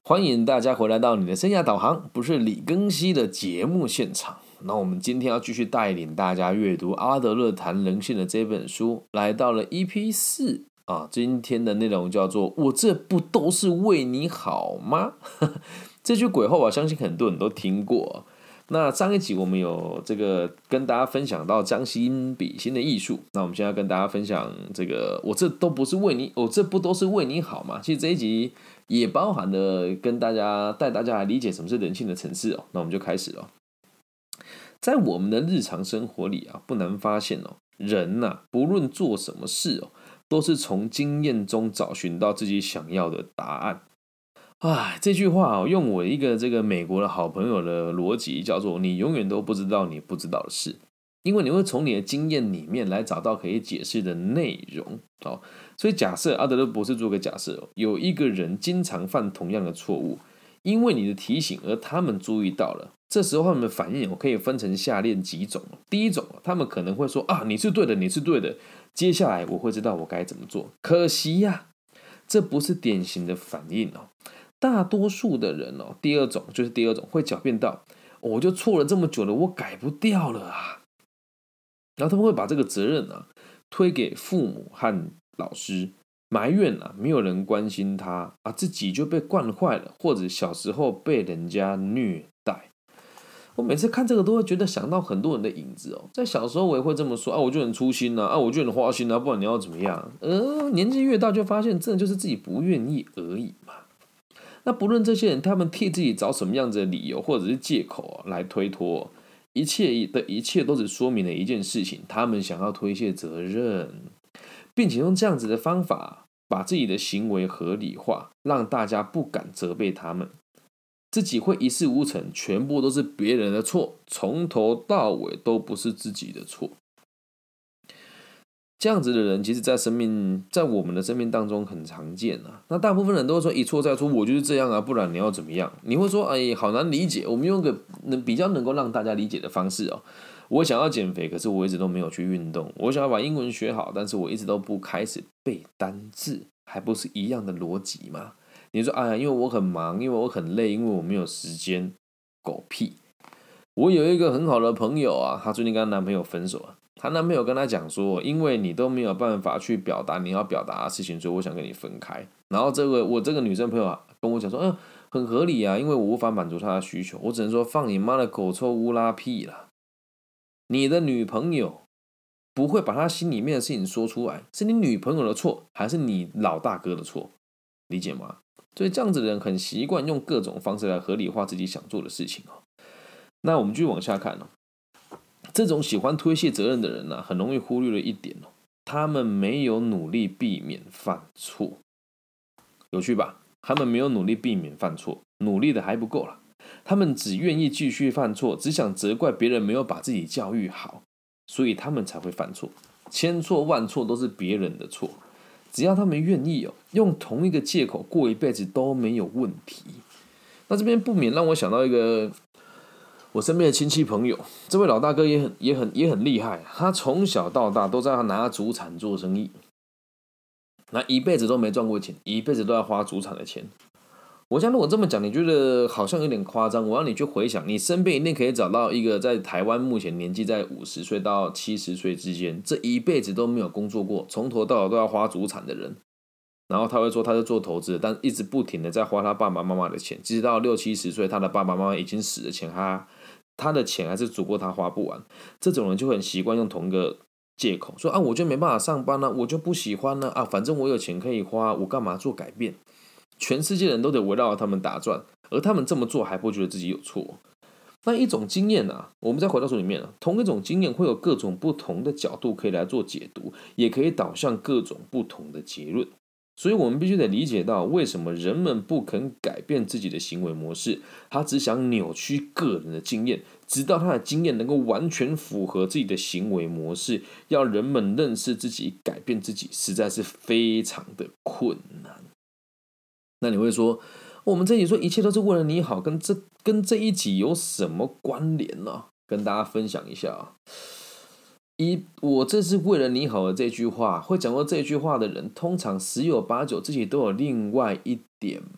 欢迎大家回来到你的生涯导航，不是李庚希的节目现场。那我们今天要继续带领大家阅读阿德勒谈人性的这本书，来到了 EP4啊。今天的内容叫做"我这不都是为你好吗？"这句鬼话，我相信很多人都听过。那上一集我们有跟大家分享到将心比心的艺术，那我们现在要跟大家分享我这都不是为你，我这不都是为你好吗？其实这一集也包含了带大家来理解什么是人性的层次哦。那我们就开始了。在我们的日常生活里啊，不难发现哦，人呐，不论做什么事哦，都是从经验中找寻到自己想要的答案。这句话哦，用我一个美国的好朋友的逻辑叫做：你永远都不知道你不知道的事，因为你会从你的经验里面来找到可以解释的内容哦。所以假设阿德勒博士做个假设哦，有一个人经常犯同样的错误，因为你的提醒而他们注意到了，这时候他们的反应可以分成下列几种。第一种，他们可能会说你是对的，你是对的，接下来我会知道我该怎么做。可惜呀，这不是典型的反应哦。大多数的人哦，第二种会狡辩到，我就错了这么久了，我改不掉了啊。然后他们会把这个责任推给父母和老师，埋怨没有人关心他自己就被惯坏了，或者小时候被人家虐待。我每次看这个都会觉得想到很多人的影子哦。在小时候我也会这么说我就很粗心我就很花心不然你要怎么样？年纪越大就发现，真的就是自己不愿意而已嘛。那不论这些人他们替自己找什么样子的理由或者是借口来推脱，一切都只说明了一件事情：他们想要推卸责任，并且用这样子的方法把自己的行为合理化，让大家不敢责备他们，自己会一事无成，全部都是别人的错，从头到尾都不是自己的错。这样子的人，其实在我们的生命当中很常见那大部分人都会说一错再错，我就是这样不然你要怎么样？你会说好难理解。我们用个比较能够让大家理解的方式我想要减肥，可是我一直都没有去运动。我想要把英文学好，但是我一直都不开始背单字，还不是一样的逻辑吗？你说因为我很忙，因为我很累，因为我没有时间，狗屁！我有一个很好的朋友她最近跟她男朋友分手了。她男朋友跟她讲说，因为你都没有办法去表达你要表达的事情，所以我想跟你分开。然后我这个女生朋友跟我讲说，很合理因为我无法满足她的需求。我只能说，放你妈的狗臭乌拉屁啦！你的女朋友不会把她心里面的事情说出来，是你女朋友的错，还是你老大哥的错？理解吗？所以这样子的人很习惯用各种方式来合理化自己想做的事情那我们继续往下看这种喜欢推卸责任的人很容易忽略了一点他们没有努力避免犯错。有趣吧？他们没有努力避免犯错，努力的还不够啦。他们只愿意继续犯错，只想责怪别人没有把自己教育好，所以他们才会犯错。千错万错都是别人的错，只要他们愿意用同一个借口过一辈子都没有问题。那这边不免让我想到一个我身边的亲戚朋友，这位老大哥也很厉害，他从小到大都在拿祖产做生意，那一辈子都没赚过钱，一辈子都要花祖产的钱。我想如果这么讲，你觉得好像有点夸张。我让你去回想，你身边一定可以找到一个在台湾目前年纪在50岁到70岁之间，这一辈子都没有工作过，从头到尾都要花祖产的人。然后他会说他是做投资的，但一直不停的在花他爸爸妈妈的钱，直到60、70岁，他的爸爸妈妈已经死了钱，他的钱还是足够他花不完。这种人就很习惯用同一个借口说我就没办法上班我就不喜欢反正我有钱可以花，我干嘛做改变？全世界人都得围绕他们打转，而他们这么做还不觉得自己有错。那一种经验我们再回到书里面同一种经验会有各种不同的角度可以来做解读，也可以导向各种不同的结论。所以我们必须得理解到，为什么人们不肯改变自己的行为模式，他只想扭曲个人的经验，直到他的经验能够完全符合自己的行为模式。要人们认识自己、改变自己，实在是非常的困难。那你会说，我们这里说一切都是为了你好，跟这一集有什么关联呢？跟大家分享一下我这是为了你好的这句话，会讲过这句话的人，通常10有8九自己都有另外一点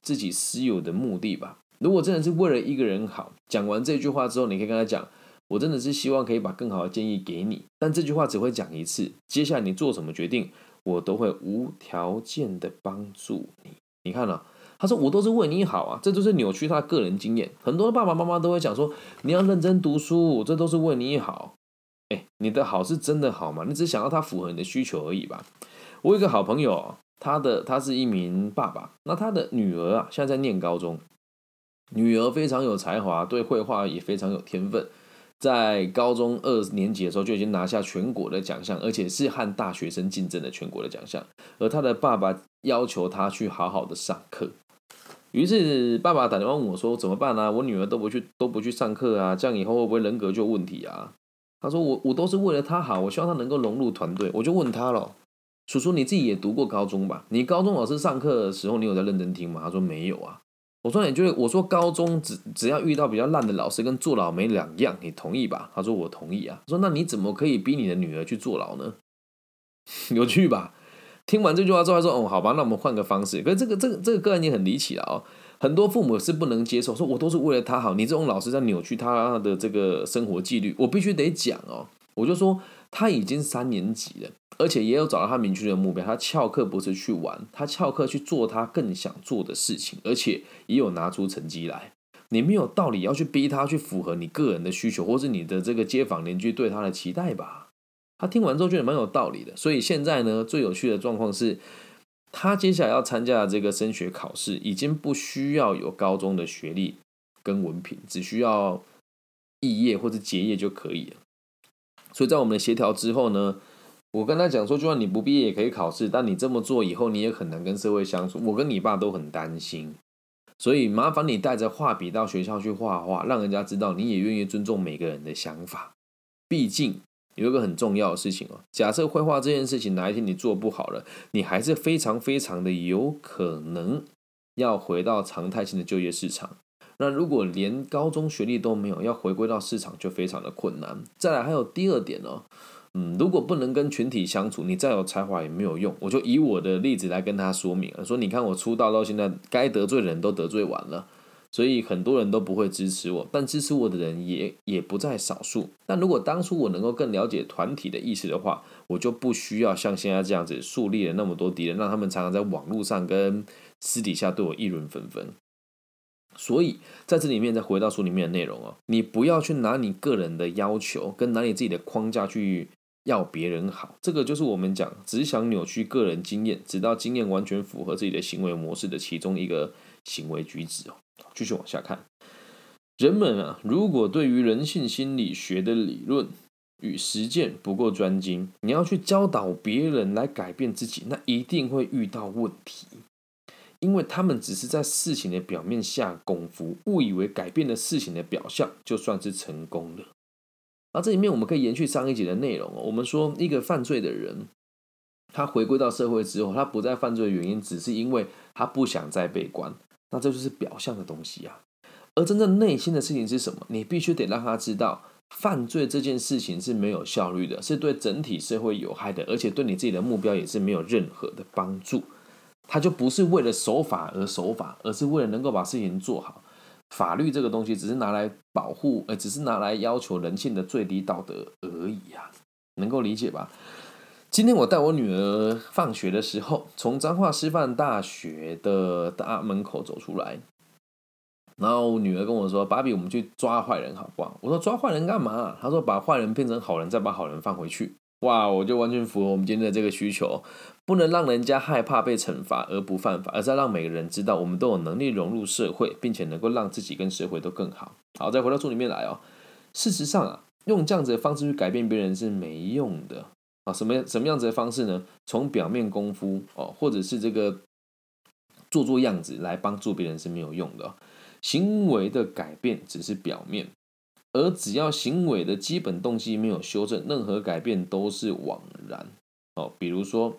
自己私有的目的吧。如果真的是为了一个人好，讲完这句话之后，你可以跟他讲，我真的是希望可以把更好的建议给你，但这句话只会讲一次，接下来你做什么决定，我都会无条件的帮助你。你看啊，他说我都是为你好啊，这就是扭曲他的个人经验。很多爸爸妈妈都会讲说，你要认真读书，这都是为你好。你的好是真的好吗？你只想要他符合你的需求而已吧。我有一个好朋友，他是一名爸爸，那他的女儿啊，现在在念高中，女儿非常有才华，对绘画也非常有天分，在高中2年级的时候就已经拿下全国的奖项，而且是和大学生竞争的全国的奖项。而他的爸爸要求他去好好的上课，于是爸爸打电话问我说：“怎么办啊？我女儿都不去上课啊，这样以后会不会人格就有问题啊？”他说我都是为了她好，我希望她能够融入团队。我就问他了，叔叔你自己也读过高中吧？你高中老师上课的时候，你有在认真听吗？他说没有啊。我说你觉得？我说高中只要遇到比较烂的老师，跟坐牢没两样，你同意吧？他说我同意啊。我说那你怎么可以逼你的女儿去坐牢呢？有趣吧？听完这句话之后，他说：“哦，好吧，那我们换个方式。”可是这个个案也很离奇了哦。很多父母是不能接受，说我都是为了他好，你这种老师在扭曲他的这个生活纪律，我必须得讲哦。我就说他已经3年级了，而且也有找到他明确的目标。他翘课不是去玩，他翘课去做他更想做的事情，而且也有拿出成绩来。你没有道理要去逼他去符合你个人的需求，或是你的这个街坊邻居对他的期待吧。他听完之后觉得蛮有道理的，所以现在呢，最有趣的状况是，他接下来要参加的这个升学考试，已经不需要有高中的学历跟文凭，只需要肄业或者结业就可以了。所以在我们的协调之后呢，我跟他讲说，就算你不毕业也可以考试，但你这么做以后，你也很难跟社会相处。我跟你爸都很担心，所以麻烦你带着画笔到学校去画画，让人家知道你也愿意尊重每个人的想法。毕竟有一个很重要的事情哦，假设绘画这件事情哪一天你做不好了，你还是非常非常的有可能要回到常态性的就业市场。那如果连高中学历都没有，要回归到市场就非常的困难。再来还有第二点哦，如果不能跟群体相处，你再有才华也没有用。我就以我的例子来跟他说明，说你看我出道到现在，该得罪的人都得罪完了。所以很多人都不会支持我，但支持我的人也不在少数。但如果当初我能够更了解团体的意识的话，我就不需要像现在这样子树立了那么多敌人，让他们常常在网络上跟私底下对我议论纷纷。所以在这里面再回到书里面的内容哦，你不要去拿你个人的要求跟拿你自己的框架去要别人好，这个就是我们讲只想扭曲个人经验，直到经验完全符合自己的行为模式的其中一个行为举止哦。继续往下看，人们啊，如果对于人性心理学的理论与实践不够专精，你要去教导别人来改变自己，那一定会遇到问题，因为他们只是在事情的表面下功夫，误以为改变了事情的表象就算是成功了。那这里面我们可以延续上一集的内容哦，我们说一个犯罪的人，他回归到社会之后，他不再犯罪的原因，只是因为他不想再被关。那这就是表象的东西啊，而真正内心的事情是什么？你必须得让他知道，犯罪这件事情是没有效率的，是对整体社会有害的，而且对你自己的目标也是没有任何的帮助。他就不是为了守法而守法，而是为了能够把事情做好。法律这个东西只是拿来保护，只是拿来要求人性的最低道德而已啊，能够理解吧？今天我带我女儿放学的时候，从彰化师范大学的大门口走出来，然后我女儿跟我说：“爸比，我们去抓坏人好不好？”我说：“抓坏人干嘛？”她说：“把坏人变成好人，再把好人放回去。”哇，我就完全符合我们今天的这个需求，不能让人家害怕被惩罚而不犯法，而是要让每个人知道，我们都有能力融入社会，并且能够让自己跟社会都更好。好，再回到书里面来哦。事实上啊，用这样子的方式去改变别人是没用的。什么样子的方式呢？从表面功夫或者是这个做样子来帮助别人是没有用的。行为的改变只是表面，而只要行为的基本动机没有修正，任何改变都是枉然。比如说，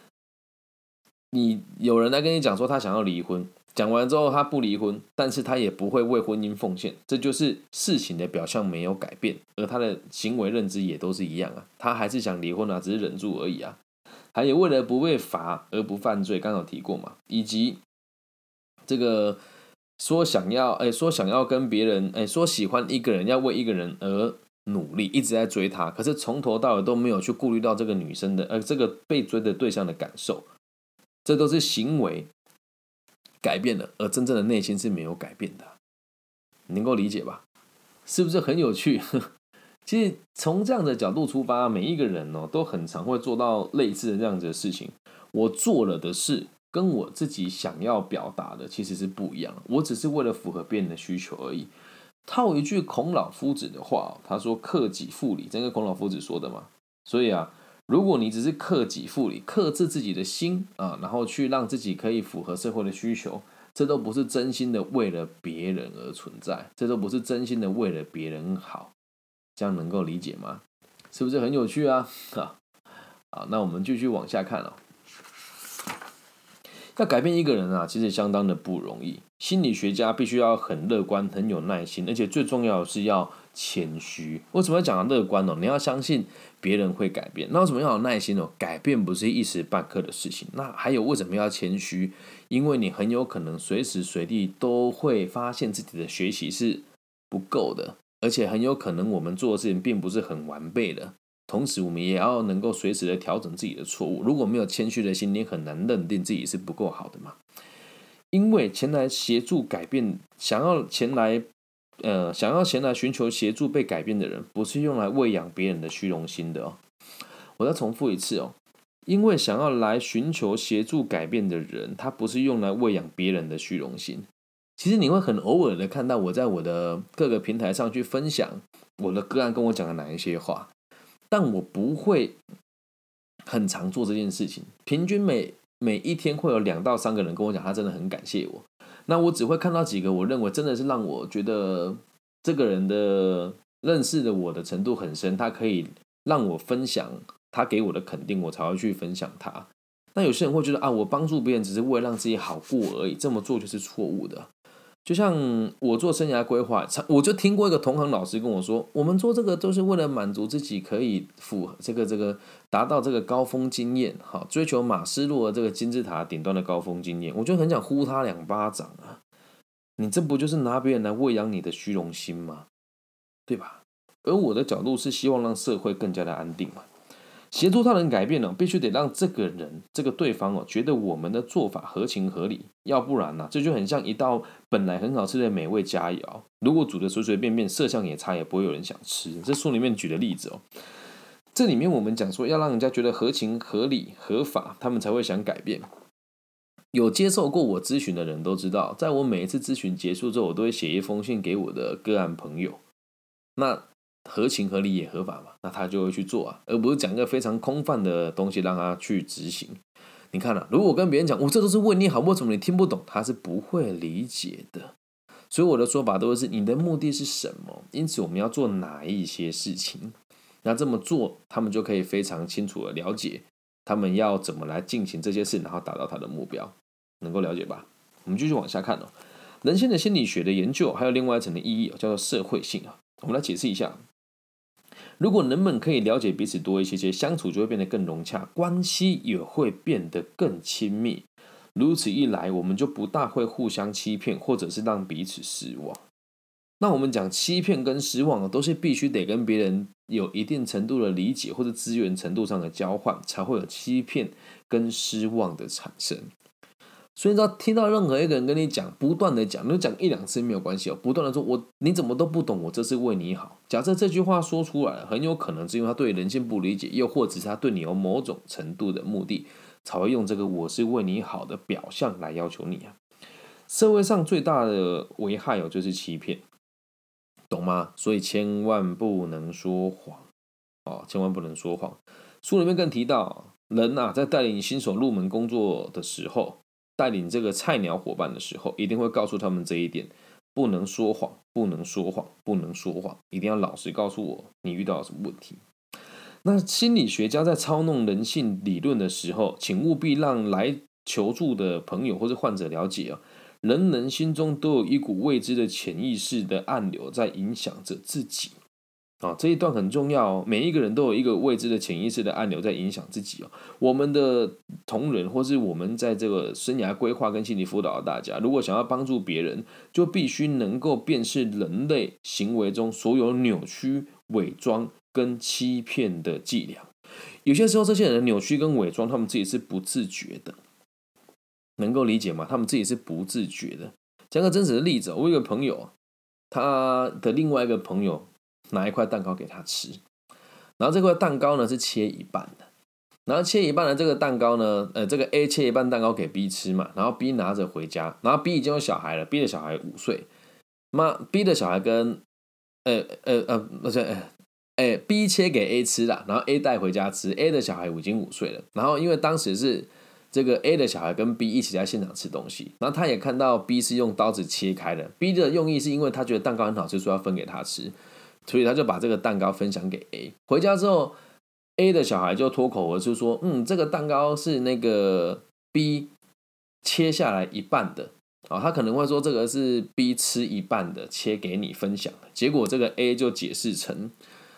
有人来跟你讲说他想要离婚，讲完之后他不离婚，但是他也不会为婚姻奉献，这就是事情的表象没有改变，而他的行为认知也都是一样啊，他还是想离婚啊，只是忍住而已啊。还有为了不被罚而不犯罪，刚刚有提过嘛，以及这个说想要跟别人，说喜欢一个人，要为一个人而努力，一直在追他，可是从头到尾都没有去顾虑到这个女生的，这个被追的对象的感受，这都是行为改变了，而真正的内心是没有改变的，能够理解吧？是不是很有趣？其实从这样的角度出发，每一个人都很常会做到类似的这样子的事情。我做了的事跟我自己想要表达的其实是不一样，我只是为了符合别人的需求而已。套一句孔老夫子的话，他说克己复礼，这个孔老夫子说的嘛。所以如果你只是克己复礼，克制自己的心然后去让自己可以符合社会的需求，这都不是真心的为了别人而存在，这都不是真心的为了别人好。这样能够理解吗？是不是很有趣啊？好，那我们继续往下看要改变一个人其实相当的不容易。心理学家必须要很乐观、很有耐心，而且最重要的是要谦虚。为什么要讲到乐观你要相信别人会改变。那为什么要有耐心改变不是一时半刻的事情。那还有为什么要谦虚？因为你很有可能随时随地都会发现自己的学习是不够的。而且很有可能我们做的事情并不是很完备的，同时我们也要能够随时的调整自己的错误。如果没有谦虚的心，你很难认定自己是不够好的嘛。因为前来协助改变，想要前来寻求协助被改变的人，不是用来喂养别人的虚荣心的我再重复一次因为想要来寻求协助改变的人，他不是用来喂养别人的虚荣心。其实你会很偶尔的看到我在我的各个平台上去分享我的个案跟我讲的哪一些话，但我不会很常做这件事情。平均每一天会有2到3个人跟我讲他真的很感谢我，那我只会看到几个我认为真的是让我觉得这个人的认识的我的程度很深，他可以让我分享他给我的肯定，我才会去分享他。那有些人会觉得我帮助别人只是为了让自己好过而已，这么做就是错误的。就像我做生涯规划，我就听过一个同行老师跟我说，我们做这个都是为了满足自己可以符合这个达到这个高峰经验，好追求马斯洛的这个金字塔顶端的高峰经验。我就很想呼他2巴掌你这不就是拿别人来喂养你的虚荣心吗？对吧？而我的角度是希望让社会更加的安定嘛。协助他人改变必须得让这个人这个对方觉得我们的做法合情合理，要不然这就很像一道本来很好吃的美味佳肴，如果煮的随随便便，色相也差，也不会有人想吃。这书里面举的例子这里面我们讲说要让人家觉得合情合理合法，他们才会想改变。有接受过我咨询的人都知道，在我每一次咨询结束之后，我都会写一封信给我的个案朋友。那合情合理也合法嘛，那他就会去做而不是讲一个非常空泛的东西让他去执行。你看如果我跟别人讲这都是为你好，为什么你听不懂？他是不会理解的。所以我的说法都是你的目的是什么，因此我们要做哪一些事情，那这么做他们就可以非常清楚的了解他们要怎么来进行这些事，然后达到他的目标，能够了解吧？我们继续往下看人性的心理学的研究还有另外一层的意义叫做社会性我们来解释一下。如果人们可以了解彼此多一些，相处就会变得更融洽，关系也会变得更亲密。如此一来，我们就不大会互相欺骗，或者是让彼此失望。那我们讲欺骗跟失望都是必须得跟别人有一定程度的理解，或者资源程度上的交换，才会有欺骗跟失望的产生。所以你知道，听到任何一个人跟你讲，不断的讲，你讲1、2次没有关系不断的说你怎么都不懂，我这是为你好。假设这句话说出来了，很有可能是因为他对人性不理解，又或者是他对你有某种程度的目的，才会用这个我是为你好的表象来要求你社会上最大的危害就是欺骗，懂吗？所以千万不能说谎千万不能说谎。书里面更提到，人在带领新手入门工作的时候，带领这个菜鸟伙伴的时候，一定会告诉他们这一点：不能说谎，不能说谎，不能说谎，一定要老实告诉我你遇到了什么问题。那心理学家在操弄人性理论的时候，请务必让来求助的朋友或是患者了解人人心中都有一股未知的潜意识的暗流在影响着自己。 这一段很重要哦，每一个人都有一个未知的潜意识的按钮在影响自己哦。我们的同仁或是我们在这个生涯规划跟心理辅导的大家，如果想要帮助别人，就必须能够辨识人类行为中所有扭曲、伪装跟欺骗的伎俩。有些时候，这些人的扭曲跟伪装，他们自己是不自觉的，能够理解吗？他们自己是不自觉的。讲个真实的例子，我有一个朋友，他的另外一个朋友拿一块蛋糕给他吃，然后这块蛋糕呢是切一半的，然后切一半的这个蛋糕呢，这个 A 切一半蛋糕给 B 吃嘛，然后 B 拿着回家，然后 B 已经有小孩了 ，B 的小孩5岁，那 B 的小孩跟不是B 切给 A 吃啦，然后 A 带回家吃 ，A 的小孩已经5岁了，然后因为当时是这个 A 的小孩跟 B 一起在现场吃东西，然后他也看到 B 是用刀子切开的 ，B 的用意是因为他觉得蛋糕很好吃，说要分给他吃，所以他就把这个蛋糕分享给 A。回家之后 ，A 的小孩就脱口而出说：“这个蛋糕是那个 B 切下来一半的。”他可能会说这个是 B 吃一半的，切给你分享的。结果这个 A 就解释成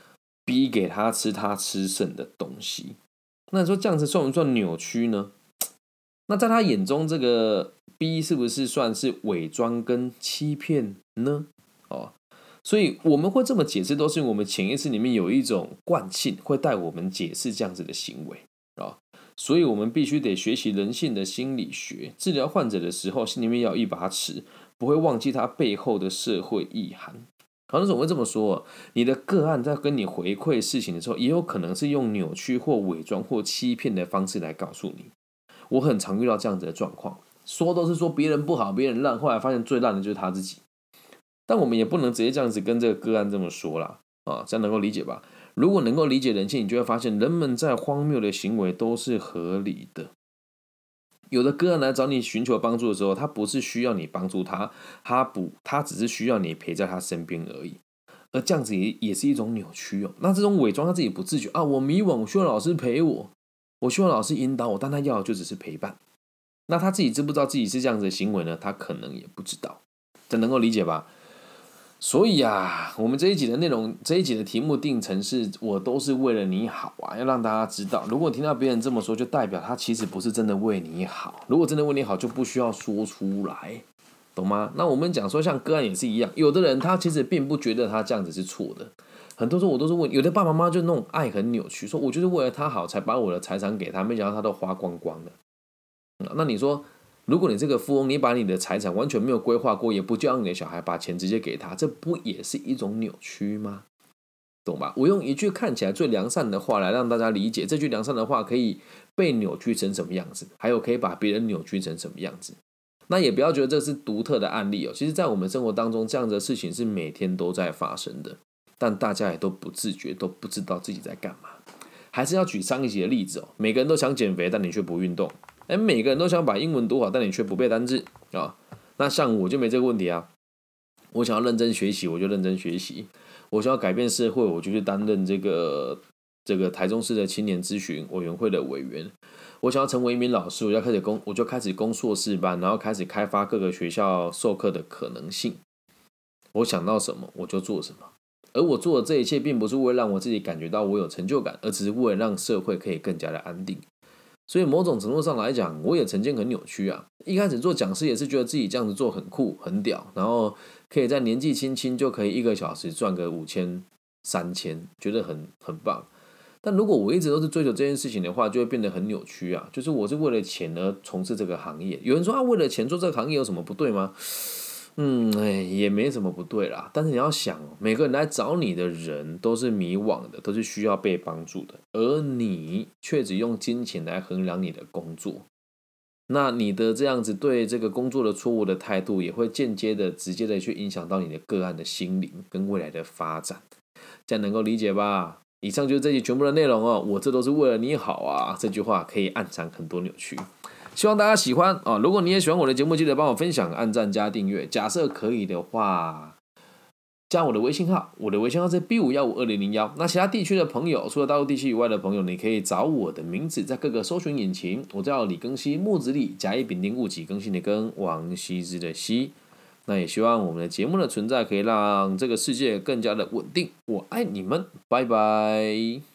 B 给他吃他吃剩的东西。那你说这样子算不算扭曲呢？那在他眼中，这个 B 是不是算是伪装跟欺骗呢？所以我们会这么解释，都是我们潜意识里面有一种惯性，会带我们解释这样子的行为所以我们必须得学习人性的心理学，治疗患者的时候，心里面要有一把尺，不会忘记他背后的社会意涵。那怎么会这么说？你的个案在跟你回馈事情的时候，也有可能是用扭曲或伪装或欺骗的方式来告诉你。我很常遇到这样子的状况，说都是说别人不好，别人烂，后来发现最烂的就是他自己。但我们也不能直接这样子跟这个个案这么说啦，这样能够理解吧？如果能够理解人性，你就会发现人们在荒谬的行为都是合理的。有的个案来找你寻求帮助的时候，他不是需要你帮助他，他只是需要你陪在他身边而已。而这样子也是一种扭曲哦。那这种伪装他自己不自觉我迷惘，我需要老师陪我，我希望老师引导我，但他要的就只是陪伴。那他自己知不知道自己是这样子的行为呢？他可能也不知道，这能够理解吧？所以我们这一集的内容，这一集的题目定成是我都是为了你好要让大家知道，如果听到别人这么说，就代表他其实不是真的为你好。如果真的为你好，就不需要说出来，懂吗？那我们讲说像个案也是一样，有的人他其实并不觉得他这样子是错的，很多时候我都是问，有的爸爸妈妈就那种爱很扭曲，说我就是为了他好才把我的财产给他，没想到他都花光光了。那你说，如果你这个富翁，你把你的财产完全没有规划过，也不教你的小孩把钱直接给他，这不也是一种扭曲吗？懂吧？我用一句看起来最良善的话来让大家理解，这句良善的话可以被扭曲成什么样子，还有可以把别人扭曲成什么样子。那也不要觉得这是独特的案例其实在我们生活当中，这样的事情是每天都在发生的，但大家也都不自觉，都不知道自己在干嘛。还是要举上一集的例子每个人都想减肥，但你却不运动。每个人都想把英文读好，但你却不背单字那像我就没这个问题我想要认真学习，我就认真学习；我想要改变社会，我就去担任这个台中市的青年咨询委员会的委员。我想要成为一名老师，我就开始攻硕士班，然后开始开发各个学校授课的可能性。我想到什么我就做什么，而我做的这一切，并不是为了让我自己感觉到我有成就感，而只是为了让社会可以更加的安定。所以某种程度上来讲，我也曾经很扭曲一开始做讲师也是觉得自己这样子做很酷很屌，然后可以在年纪轻轻就可以1个小时赚个5000、3000，觉得很棒。但如果我一直都是追求这件事情的话，就会变得很扭曲就是我是为了钱而从事这个行业。有人说为了钱做这个行业有什么不对吗？也没什么不对啦。但是你要想每个人来找你的人都是迷惘的，都是需要被帮助的，而你却只用金钱来衡量你的工作。那你的这样子对这个工作的错误的态度，也会间接的、直接的去影响到你的个案的心灵跟未来的发展。这样能够理解吧？以上就是这集全部的内容我这都是为了你好这句话可以暗藏很多扭曲。希望大家喜欢如果你也喜欢我的节目，记得帮我分享、按赞加订阅。假设可以的话，加我的微信号，我的微信号是 B5152001。那其他地区的朋友，除了大陆地区以外的朋友，你可以找我的名字，在各个搜寻引擎，我叫李庚希，木子李，甲乙丙丁戊己庚辛的庚，王羲之的羲。 那也希望我们的节目的存在可以让这个世界更加的稳定。我爱你们，拜拜。